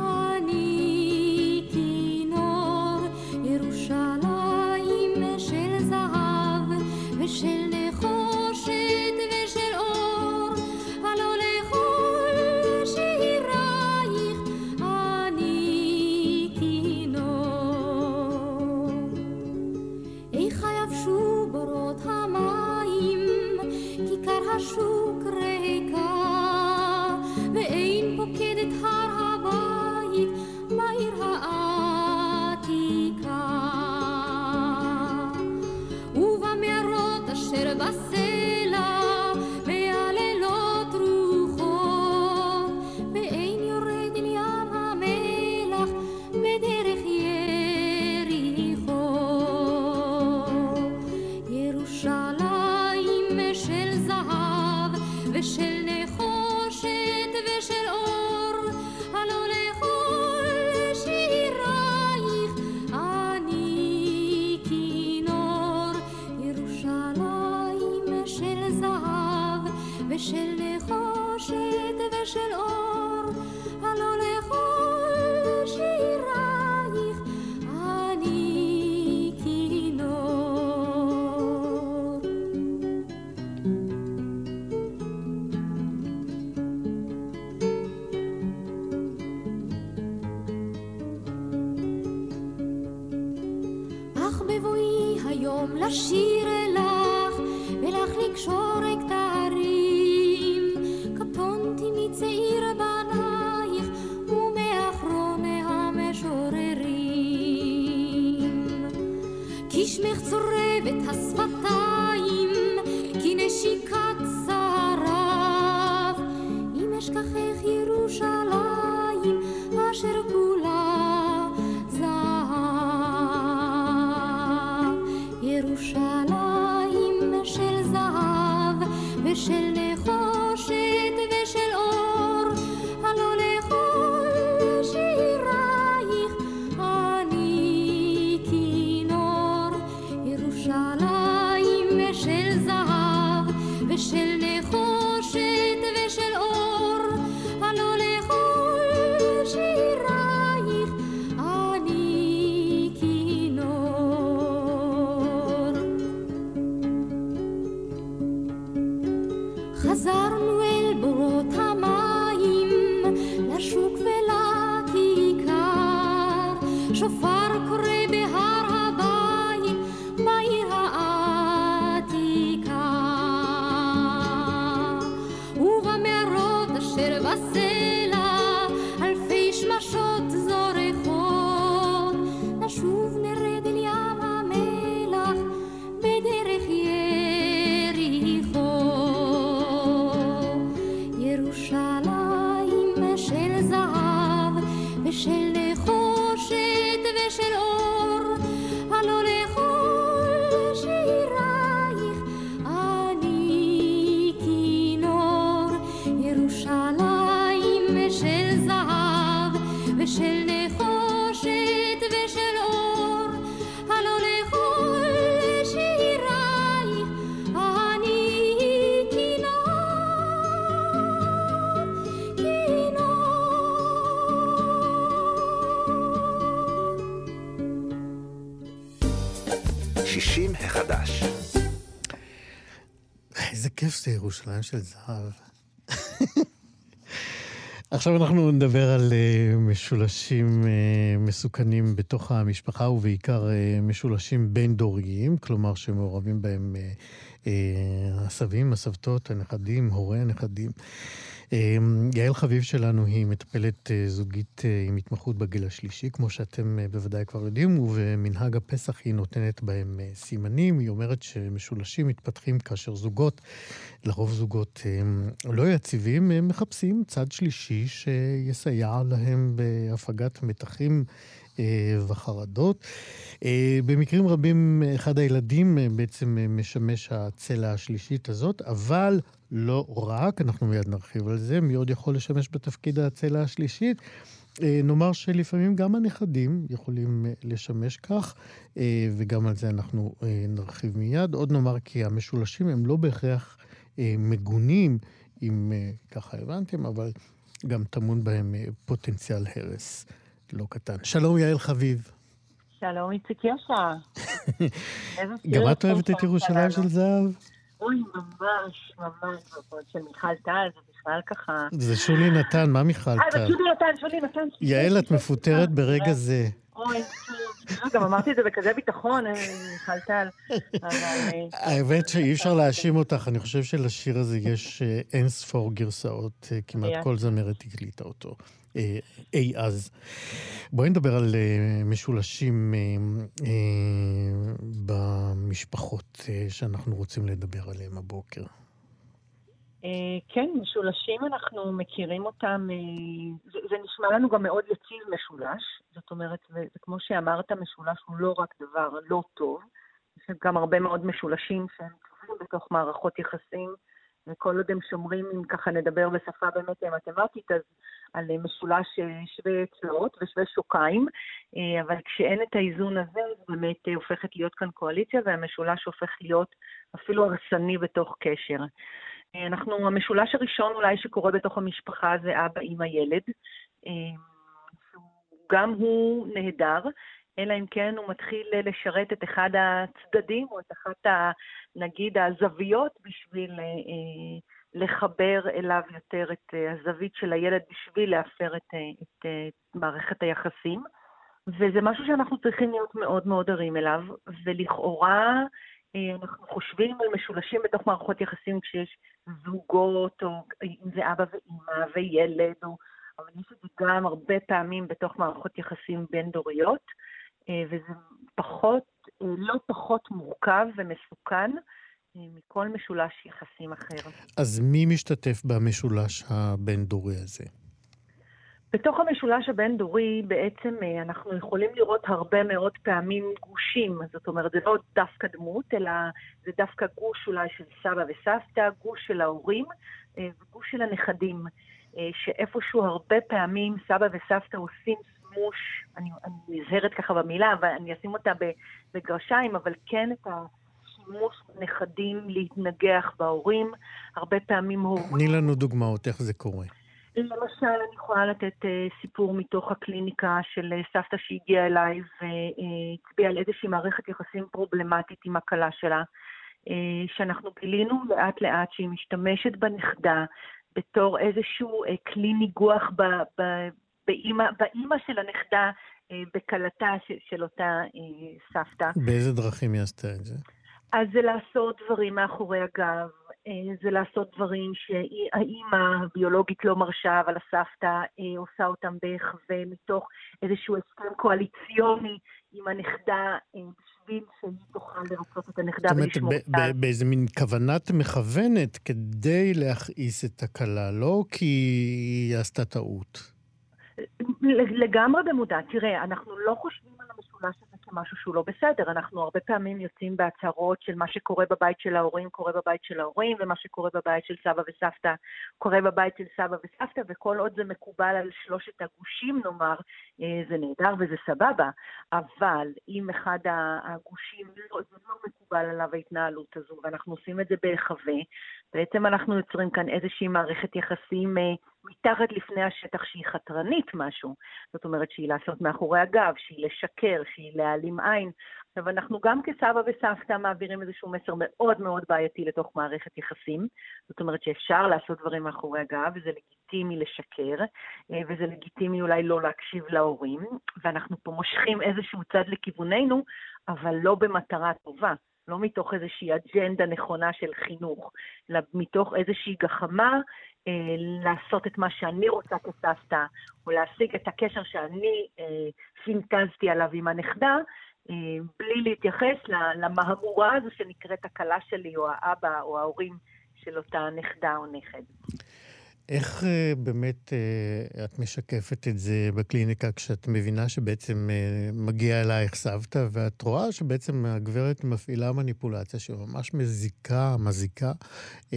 אני כינור. ירושלים של זהב ושל נחושת ושל אור, הלא לכל שירייך אני כינור. איך יבשו בורות המים, כיכר השוק ריקה, ואין פוקדת הר הבית בעיר העתיקה. ובמערות אשר בסלע מהלילות רוחות, ואין יורד אל ים המלח בדרך יריחו. ירושלים של זהב ושל נחושת ושל אור, הלא לכל שירייך אני כינור. ירושלים של זהב ושל נחושת ושל אור, הלא לכל שירייך אני כינור. אך בבואי היום לשיר אלך ולך לקשור כתרים, קטונתי מצעיר בנייך ומאחרוני המשוררים. כי שמך צורב את השפתיים, כי נשיקת שרף, אם אשכחך ירושלים אשר כולה זהב. ירושלים של זהב ושל נחושת ושל אור, הלא לכל שירייך אני כינור. ירושלים של שופר קורא בהר הבית, בעיר העתיקה. ובמערות אשר בסלע, אלפי שמשות זורחות, נשוב נרד אל ים המלח, בדרך יריחו. ירושלים של זהב ושל נחושת ושל אור, הלא לכל שירייך אני כינור. ירושלים של זהב ושל נחושת ושל אור, הלא לכל שירייך אני כינור, כינור. שישים החדש. איזה כיף זה ירושלים של זהב. עכשיו אנחנו נדבר על uh, משולשים uh, מסוכנים בתוך המשפחה, ובעיקר uh, משולשים בין-דוריים, כלומר שמעורבים בהם uh, uh, הסבים, הסבתות, הנכדים, הורי הנכדים. Uh, יעל חביב שלנו היא מטפלת uh, זוגית uh, עם התמחות בגיל השלישי, כמו שאתם uh, בוודאי כבר יודעים, ובמנהג הפסח היא נותנת בהם uh, סימנים. היא אומרת שמשולשים מתפתחים כאשר זוגות, לרוב זוגות uh, לא יציבים, הם מחפשים צד שלישי שיסייע להם בהפגת מתחים וחרדות. במקרים רבים אחד הילדים בעצם משמש הצלע השלישית הזאת, אבל לא רק, אנחנו מיד נרחיב על זה, מי עוד יכול לשמש בתפקיד הצלע השלישית. נאמר שלפעמים גם הנכדים יכולים לשמש כך, וגם על זה אנחנו נרחיב מיד. עוד נאמר כי המשולשים הם לא בהכרח מגונים, אם ככה הבנתם, אבל גם טמון בהם פוטנציאל הרס לא קטן. שלום יעל חביב. שלום איציק יושע. גם את אוהבת את ירושלים של זהב? אוי, ממש, ממש, של מיכל טל, זה בכלל ככה. זה שולי נתן, מה מיכל טל? אה, שולי נתן, שולי נתן. יעל, את מפוטרת ברגע זה. אוי, גם אמרתי את זה בכזה ביטחון, מיכל טל. האמת שאי אפשר להאשים אותך, אני חושב שלשיר הזה יש אין ספור גרסאות, כמעט כל זמרת הקליטה אותו. אי אז. בואי נדבר על משולשים במשפחות שאנחנו רוצים לדבר עליהם הבוקר. כן, משולשים אנחנו מכירים אותם, זה, זה נשמע לנו גם מאוד יציב משולש, זאת אומרת, וכמו שאמרת, משולש הוא לא רק דבר לא טוב, יש גם הרבה מאוד משולשים שהם טובים בתוך מערכות יחסים, וכל עוד הם שומרים, אם ככה נדבר בשפה באמת מתמטית, אז על משולש שווה צלעות ושווה שוקיים, אבל כשאין את האיזון הזה, זה באמת הופכת להיות כאן קואליציה, והמשולש הופך להיות אפילו הרסני בתוך קשר. אנחנו, המשולש הראשון אולי שקורה בתוך המשפחה זה אבא, אמא, ילד. גם הוא נהדר, אלא אם כן הוא מתחיל לשרת את אחד הצדדים, או את אחת, נגיד, הזוויות בשביל לחבר אליו יותר את הזווית של הילד, בשביל להפר את, את, את מערכת היחסים. וזה משהו שאנחנו צריכים להיות מאוד מאוד ערים אליו, ולכאורה אנחנו חושבים על משולשים בתוך מערכות יחסים כשיש זוגות, או אם זה אבא ואמא וילד, או, אבל יש את זה גם הרבה פעמים בתוך מערכות יחסים בין דוריות, וזה פחות, לא פחות מורכב ומסוכן מכל משולש יחסים אחר. אז מי משתתף במשולש הבין-דורי הזה? בתוך המשולש הבין-דורי בעצם אנחנו יכולים לראות הרבה מאוד פעמים גושים, זאת אומרת זה לא דווקא דמות, אלא זה דווקא גוש אולי של סבא וסבתא, גוש של ההורים וגוש של הנכדים, שאיפשהו הרבה פעמים סבא וסבתא עושים סמוש, אני, אני נזהרת ככה במילה, אבל אני אשים אותה בגרשיים, אבל כן את השימוש נכדים להתנגח בהורים, הרבה פעמים הורים... תני לנו דוגמאות, איך זה קורה? למשל, אני יכולה לתת uh, סיפור מתוך הקליניקה של uh, סבתא שהגיעה אליי והצביעה על איזושהי מערכת יחסים פרובלמטית עם הכלה שלה, uh, שאנחנו גילינו לאט לאט שהיא משתמשת בנכדה בתור איזשהו uh, כלי ניגוח ב, ב, באמא, באמא של הנכדה, בקלתה של, של אותה סבתא. באיזה דרכים היא עשתה את זה? אז זה לעשות דברים מאחורי הגב, זה לעשות דברים שהאימא הביולוגית לא מרשה, אבל הסבתא עושה אותם בהחווה מתוך איזשהו הסכם קואליציוני עם הנכדה, בשביל שהיא תוכל לרצות את הנכדה ולשמור אותה. זאת אומרת, באיזה מין כוונת מכוונת כדי להכעיס את הכלה, לא כי היא עשתה טעות. לגמרי במודע. תראה, אנחנו לא חושבים על המשולש הזה כמשהו שהוא לא בסדר. אנחנו הרבה פעמים יוצאים בהצהרות של מה שקורה בבית של ההורים, קורה בבית של ההורים, ומה שקורה בבית של סבא וסבתא, קורה בבית של סבא וסבתא, וכל עוד זה מקובל על שלושת הגושים, נאמר, זה נהדר וזה סבבה. אבל אם אחד הגושים, זה לא מקובל עליו ההתנהלות הזו, ואנחנו עושים את זה בהחווה, בעצם אנחנו יוצרים כאן איזושהי מערכת יחסים מתחת לפני השטח שהיא חתרנית משהו. זאת אומרת שהיא לעשות מאחורי הגב, שהיא לשקר, שהיא להעלים עין. עכשיו אנחנו גם כסבא וסבתא מעבירים איזשהו מסר מאוד מאוד בעייתי לתוך מערכת יחסים. זאת אומרת שאפשר לעשות דברים מאחורי הגב, וזה לגיטימי לשקר, וזה לגיטימי אולי לא להקשיב להורים, ואנחנו פה מושכים איזשהו צד לכיווננו, אבל לא במטרה טובה. לא מתוך איזושהי אג'נדה נכונה של חינוך, אלא מתוך איזושהי גחמה אה, לעשות את מה שאני רוצה כסבתא, או להשיג את הקשר שאני אה, פינטזתי עליו עם הנכדה, אה, בלי להתייחס למהמורה הזו שנקראת הכלה שלי, או האבא, או ההורים של אותה נכדה או נכד. איך uh, באמת uh, את משקפת את זה בקליניקה כשאת מבינה שבעצם uh, מגיע אלייך סבתא, ואת רואה שבעצם הגברת מפעילה מניפולציה שממש מזיקה, מזיקה, uh,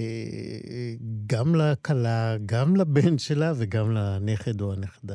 גם לכלה, גם לבן שלה וגם לנכד או הנכדה?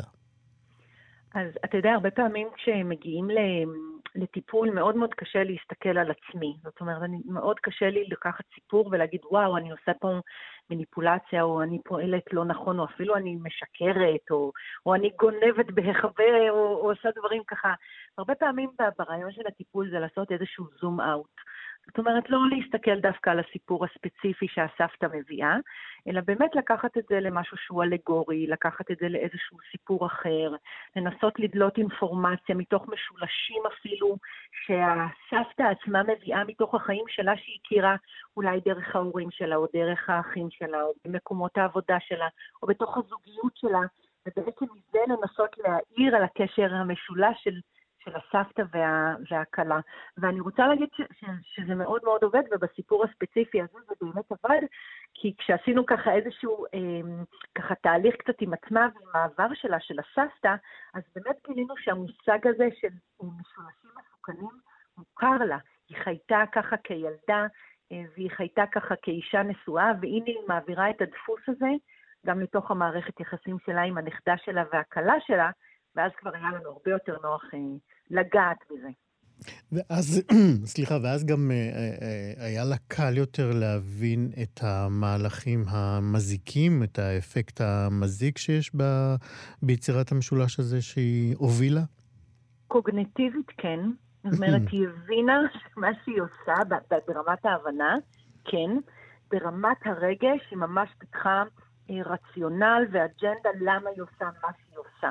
אז אתה יודע, הרבה פעמים כשמגיעים לטיפול מאוד מאוד קשה להסתכל על עצמי. זאת אומרת, אני, מאוד קשה לי לקחת סיפור ולהגיד, וואו, אני עושה פה מניפולציה, או אני פועלת לא נכון, או אפילו אני משקרת, או, או אני גונבת בהחווה, או, או עושה דברים ככה. הרבה פעמים ברעיון של הטיפול זה לעשות איזשהו זום אאוט. זאת אומרת, לא להסתכל דווקא על הסיפור הספציפי שהסבתא מביאה, אלא באמת לקחת את זה למשהו שהוא אלגורי, לקחת את זה לאיזשהו סיפור אחר, לנסות לדלות אינפורמציה מתוך משולשים אפילו, שהסבתא עצמה מביאה מתוך החיים שלה שהיא הכירה, אולי דרך ההורים שלה, או דרך האחים שלה, או במקומות העבודה שלה, או בתוך הזוגיות שלה, ובעצם מזה לנסות להעיר על הקשר המשולש של של הסבתא וה, והכלה. ואני רוצה להגיד ש, ש, שזה מאוד מאוד עובד, ובסיפור הספציפי הזה זה באמת עבד, כי כשעשינו ככה איזשהו אה, ככה תהליך קצת עם עצמה ועם העבר שלה, של הסבתא, אז באמת גילינו שהמושג הזה של משולשים מסוכנים מוכר לה. היא חייתה ככה כילדה, אה, והיא חייתה ככה כאישה נשואה, והנה היא מעבירה את הדפוס הזה, גם לתוך המערכת יחסים שלה עם הנכדה שלה והכלה שלה, ואז כבר היה לנו הרבה יותר נוח אה, לגעת בזה. ואז, סליחה, ואז גם אה, אה, היה לה קל יותר להבין את המהלכים המזיקים, את האפקט המזיק שיש ב, ביצירת המשולש הזה שהיא הובילה? קוגניטיבית כן. זאת אומרת, היא הבינה מה שהיא עושה ברמת ההבנה, כן. ברמת הרגש היא ממש פיתחה אה, רציונל ואג'נדה למה היא עושה מה שהיא עושה.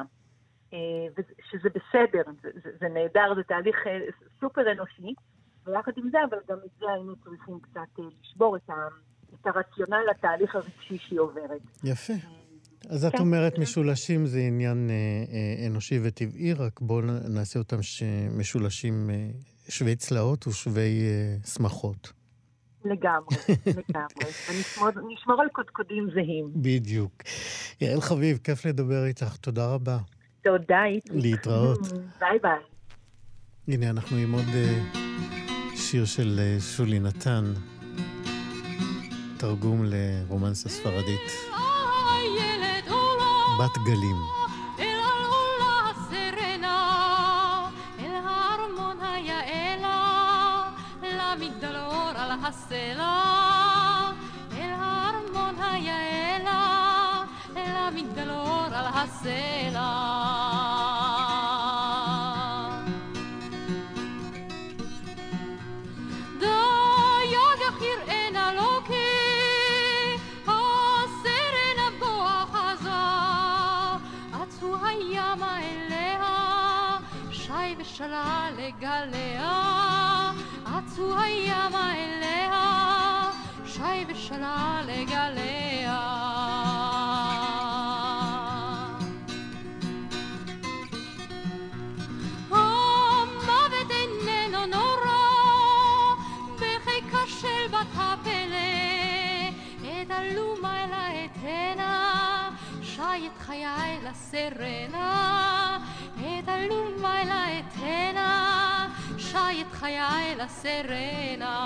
שזה בסדר, זה, זה, זה נהדר, זה תהליך סופר אנושי, ויחד עם זה, אבל גם את זה היינו צריכים קצת לשבור את, ה, את הרציונל לתהליך הרגשי שהיא עוברת. יפה. אז את אומרת משולשים זה עניין אנושי וטבעי, רק בואו נעשה אותם משולשים שווי צלעות ושווי שמחות. לגמרי, לגמרי. ונשמור על קודקודים זהים. בדיוק. יעל חביב, כיף לדבר איתך, תודה רבה. תודה, איתי. להתראות. ביי ביי. הנה, אנחנו עם עוד שיר של שולי נתן, תרגום לרומנסה ספרדית. בת גלים. Haya ושרה לגליה, עצו הימה אליה, שי ושרה לגליה. המוות איננו נורא, בחיקה של בת הפלא, את הלומה אל האתנה, שי את חיי לסרנה, את הלומה אל האתנה, שי את חיי לסרנה.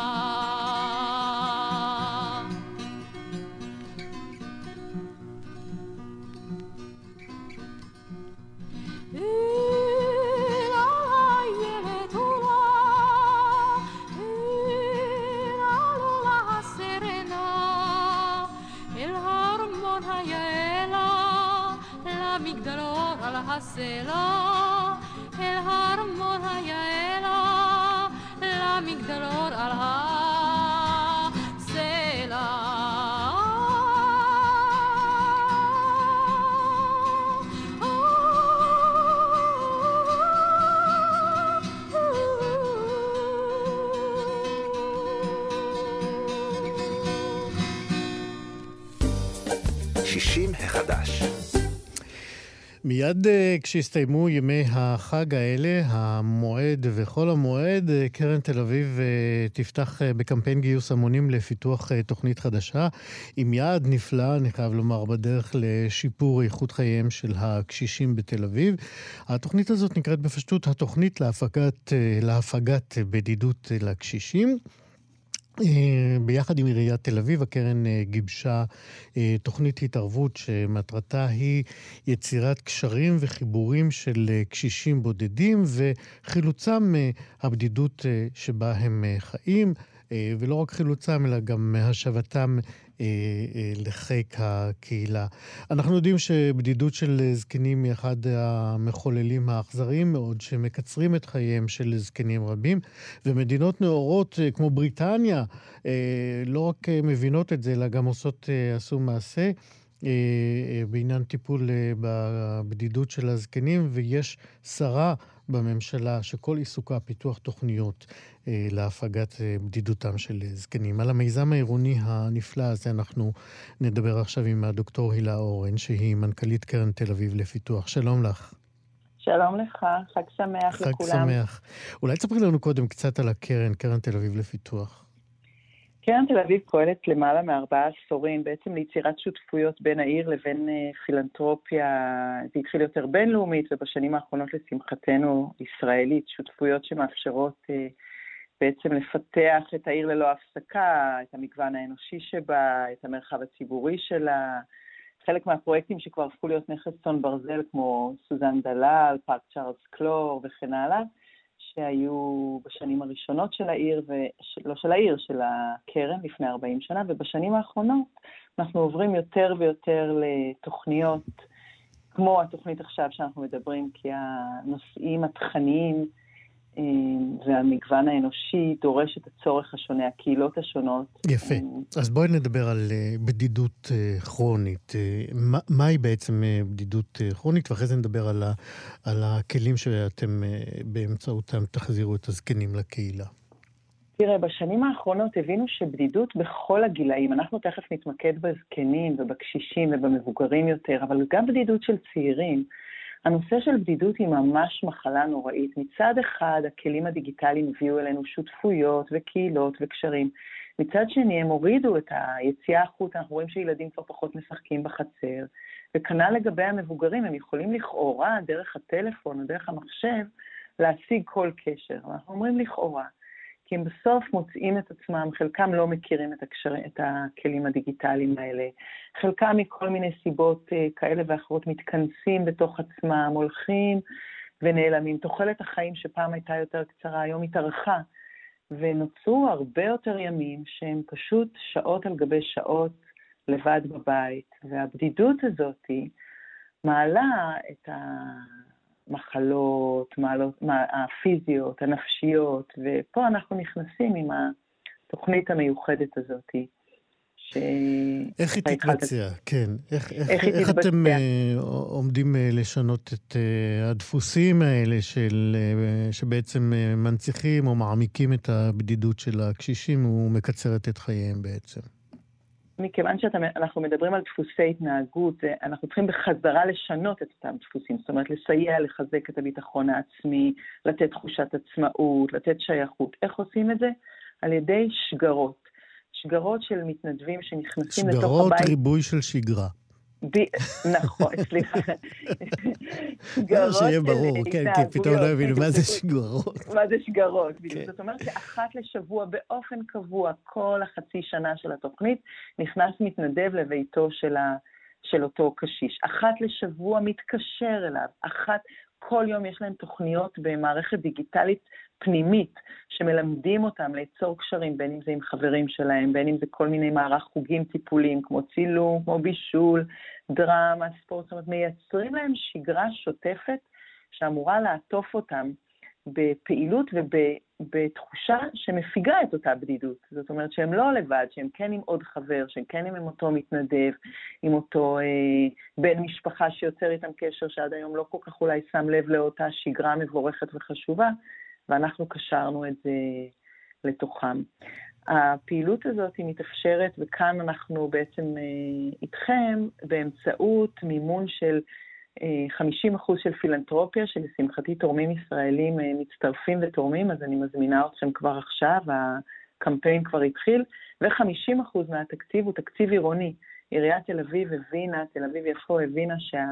הסלע אל הרמון היעלה למגדלור על הסלע. שישים החדש. מיד כשהסתיימו ימי החג האלה, המועד וכל המועד, קרן תל אביב תפתח בקמפיין גיוס המונים לפיתוח תוכנית חדשה, עם יעד נפלא, אני חייב לומר, בדרך לשיפור איכות חייהם של הקשישים בתל אביב. התוכנית הזאת נקראת בפשטות התוכנית להפגת, להפגת בדידות לקשישים. ביחד עם עיריית תל אביב, הקרן גיבשה תוכנית התערבות שמטרתה היא יצירת קשרים וחיבורים של קשישים בודדים וחילוצם הבדידות שבה הם חיים, ולא רק חילוצם אלא גם השבתם לחיק הקהילה. אנחנו יודעים שבדידות של זקנים היא אחד המחוללים האכזריים מאוד שמקצרים את חייהם של זקנים רבים, ומדינות נאורות כמו בריטניה לא רק מבינות את זה אלא גם עושות, עשו מעשה בעניין טיפול בבדידות של הזקנים, ויש שרה בממשלה שכל עיסוקה פיתוח תוכניות להפגת בדידותם של זקנים. על המיזם העירוני הנפלא הזה אנחנו נדבר עכשיו עם הדוקטור הילה אורן, שהיא מנכ"לית קרן תל אביב לפיתוח. שלום לך. שלום לך, חג שמח חג לכולם. חג שמח. אולי תספרי לנו קודם קצת על הקרן, קרן תל אביב לפיתוח. קרן תל אביב פועלת למעלה מארבעה עשורים, בעצם ליצירת שותפויות בין העיר לבין פילנטרופיה, זה התחיל יותר בינלאומית, ובשנים האחרונות לשמחתנו ישראלית, שותפויות שמאפשרות בעצם לפתח את העיר ללא הפסקה, את המגוון האנושי שבה, את המרחב הציבורי שלה, חלק מהפרויקטים שכבר הפכו להיות נכס צאן ברזל, כמו סוזן דלל, פארק צ'ארלס קלור וכן הלאה, שהיו בשנים הראשונות של העיר, ולא של העיר, של הקרן לפני ארבעים שנה, ובשנים האחרונות אנחנו עוברים יותר ויותר לתוכניות, כמו התוכנית עכשיו שאנחנו מדברים, כי הנושאים התכניים והמגוון האנושי דורש את הצורך השונה, הקהילות השונות. יפה. אז בואי נדבר על בדידות כרונית. מה, מהי בעצם בדידות כרונית? ואחרי זה נדבר על, ה, על הכלים שאתם באמצעותם תחזירו את הזקנים לקהילה. תראה, בשנים האחרונות הבינו שבדידות בכל הגילאים, אנחנו תכף נתמקד בזקנים ובקשישים ובמבוגרים יותר, אבל גם בדידות של צעירים, הנושא של בדידות היא ממש מחלה נוראית. מצד אחד, הכלים הדיגיטליים הביאו אלינו שותפויות וקהילות וקשרים. מצד שני, הם הורידו את היציאה החוצה, אנחנו רואים שילדים כבר פחות משחקים בחצר, וכנ"ל לגבי המבוגרים, הם יכולים לכאורה דרך הטלפון או דרך המחשב להשיג כל קשר. אנחנו אומרים לכאורה, כי הם בסוף מוצאים את עצמם, חלקם לא מכירים את, הקשר, את הכלים הדיגיטליים האלה, חלקם מכל מיני סיבות כאלה ואחרות מתכנסים בתוך עצמם, הולכים ונעלמים. תוחלת החיים שפעם הייתה יותר קצרה, היום התארכה, ונוצרו הרבה יותר ימים שהם פשוט שעות על גבי שעות לבד בבית, והבדידות הזאת מעלה את ה... מחלות, מעלות, הפיזיות, הנפשיות, ופה אנחנו נכנסים עם התוכנית המיוחדת הזאת, ש... איך היא תתבצע? כן. איך, איך, איך, איך אתם uh, עומדים uh, לשנות את uh, הדפוסים האלה של, uh, שבעצם uh, מנציחים או מעמיקים את הבדידות של הקשישים ומקצרת את חייהם בעצם? מכיוון שאנחנו מדברים על דפוסי התנהגות, אנחנו צריכים בחזרה לשנות את אותם דפוסים, זאת אומרת לסייע, לחזק את הביטחון העצמי, לתת תחושת עצמאות, לתת שייכות. איך עושים את זה? על ידי שגרות. שגרות של מתנדבים שנכנסים לתוך הבית. שגרות ריבוי של שגרה. ב... נכון, סליחה. שיהיה ברור, כן, כי פתאום לא הבינו, מה זה שגרות? מה זה שגרות? זאת אומרת שאחת לשבוע באופן קבוע, כל החצי שנה של התוכנית, נכנס מתנדב לביתו של, ה... של אותו קשיש. אחת לשבוע מתקשר אליו, אחת, כל יום יש להם תוכניות במערכת דיגיטלית פנימית, שמלמדים אותם ליצור קשרים, בין אם זה עם חברים שלהם, בין אם זה כל מיני מערך חוגים טיפוליים, כמו צילום, כמו בישול, דרמה, ספורט, זאת אומרת, מייצרים להם שגרה שוטפת, שאמורה לעטוף אותם בפעילות ובתחושה שמפיגה את אותה בדידות. זאת אומרת שהם לא לבד, שהם כן עם עוד חבר, שהם כן עם אותו מתנדב, עם אותו אה, בן משפחה שיוצר איתם קשר, שעד היום לא כל כך אולי שם לב לאותה שגרה מבורכת וחשובה, ואנחנו קשרנו את זה לתוכם. הפעילות הזאת היא מתאפשרת, וכאן אנחנו בעצם איתכם באמצעות מימון של חמישים אחוז של פילנתרופיה, שלשמחתי תורמים ישראלים מצטרפים ותורמים, אז אני מזמינה אתכם כבר עכשיו, הקמפיין כבר התחיל, ו-חמישים אחוז מהתקציב הוא תקציב עירוני. עיריית תל אביב הבינה, תל אביב יפו הבינה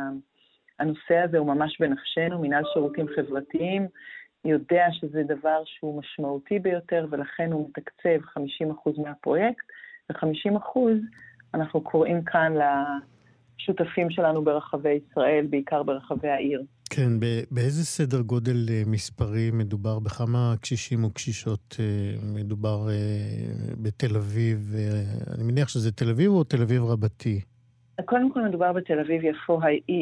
שהנושא הזה הוא ממש בנפשנו, מנהל שירותים חברתיים, יודע שזה דבר שהוא משמעותי ביותר, ולכן הוא מתקצב חמישים אחוז מהפרויקט, ו-חמישים אחוז אנחנו קוראים כאן לשותפים שלנו ברחבי ישראל, בעיקר ברחבי העיר. כן, באיזה סדר גודל מספרי מדובר, בכמה קשישים וקשישות מדובר בתל אביב? אני מניח שזה תל אביב או תל אביב רבתי? קודם כל מדובר בתל אביב יפו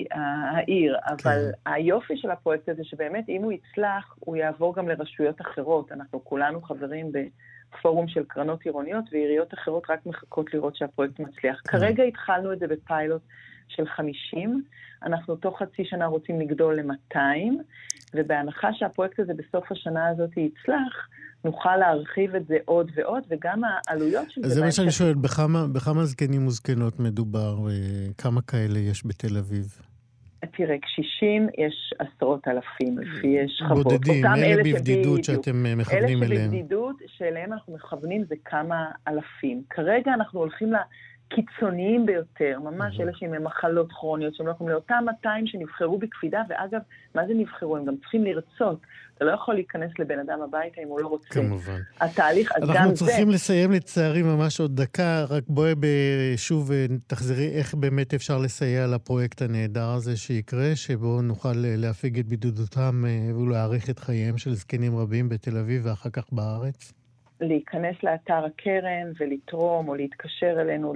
העיר, אבל היופי של הפרויקט הזה שבאמת אם הוא יצלח, הוא יעבור גם לרשויות אחרות. אנחנו כולנו חברים בפורום של קרנות עירוניות, ועיריות אחרות רק מחכות לראות שהפרויקט מצליח. כרגע התחלנו את זה בפיילוט של חמישים, אנחנו תוך חצי שנה רוצים לגדול ל-מאתיים, ובהנחה שהפרויקט הזה בסוף השנה הזאת יצלח, נוכל להרחיב את זה עוד ועוד, וגם העלויות של זה... זה מה שאני שואל, בכמה, בכמה זקנים וזקנות מדובר, כמה כאלה יש בתל אביב? תראה, קשישים יש עשרות אלפים, יש חוות. בודדים, אלה בבדידות שאתם מכוונים אליהם. אלה שבבדידות שאליהם אנחנו מכוונים זה כמה אלפים. כרגע אנחנו הולכים לקיצוניים ביותר, ממש אלה שהם מחלות כרוניות, שהם לא יכולים לאותם מאתיים שנבחרו בקפידה, ואגב, מה זה נבחרו? הם גם צריכים לרצות. אתה לא יכול להיכנס לבן אדם הביתה אם הוא לא רוצה. כמובן. התהליך, אז גם זה... אנחנו צריכים לסיים לצערי ממש עוד דקה, רק בואי שוב תחזרי איך באמת אפשר לסייע לפרויקט הנהדר הזה שיקרה, שבו נוכל להפיג את בידודותם ולהעריך את חייהם של זקנים רבים בתל אביב ואחר כך בארץ. להיכנס לאתר הקרן ולתרום או להתקשר אלינו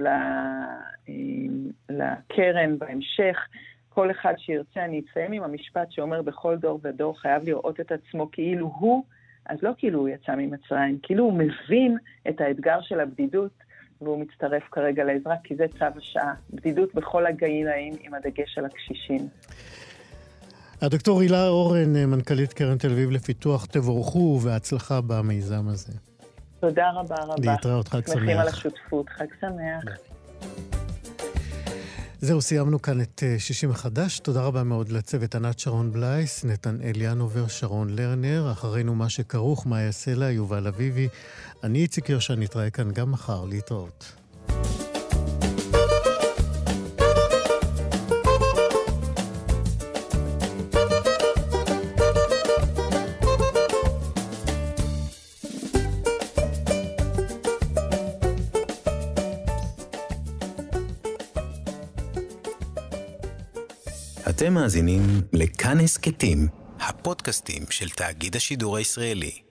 לקרן בהמשך. כל אחד שירצה, אני אצאים עם המשפט שאומר בכל דור ודור חייב לראות את עצמו כאילו הוא, אז לא כאילו הוא יצא ממצרים, כאילו הוא מבין את האתגר של הבדידות, והוא מצטרף כרגע לעזרה, כי זה צו השעה. בדידות בכל הגילאים עם הדגש על הקשישים. הדוקטור הילה אורן, מנכ"לית קרן תל אביב לפיתוח, תבורכו והצלחה במיזם הזה. תודה רבה רבה. להתראות, חג שמח. שמחים על השותפות, חג שמח. זהו, סיימנו כאן את שישים החדש. תודה רבה מאוד לצוות ענת שרון בלייס, נתנאל ינובר, שרון לרנר, אחרינו מה שכרוך, מאיה סלע, יובל אביבי. אני איציק יושע, נתראה כאן גם מחר, להתראות. אתם מאזינים לכאן הסכתים, הפודקאסטים של תאגיד השידור הישראלי.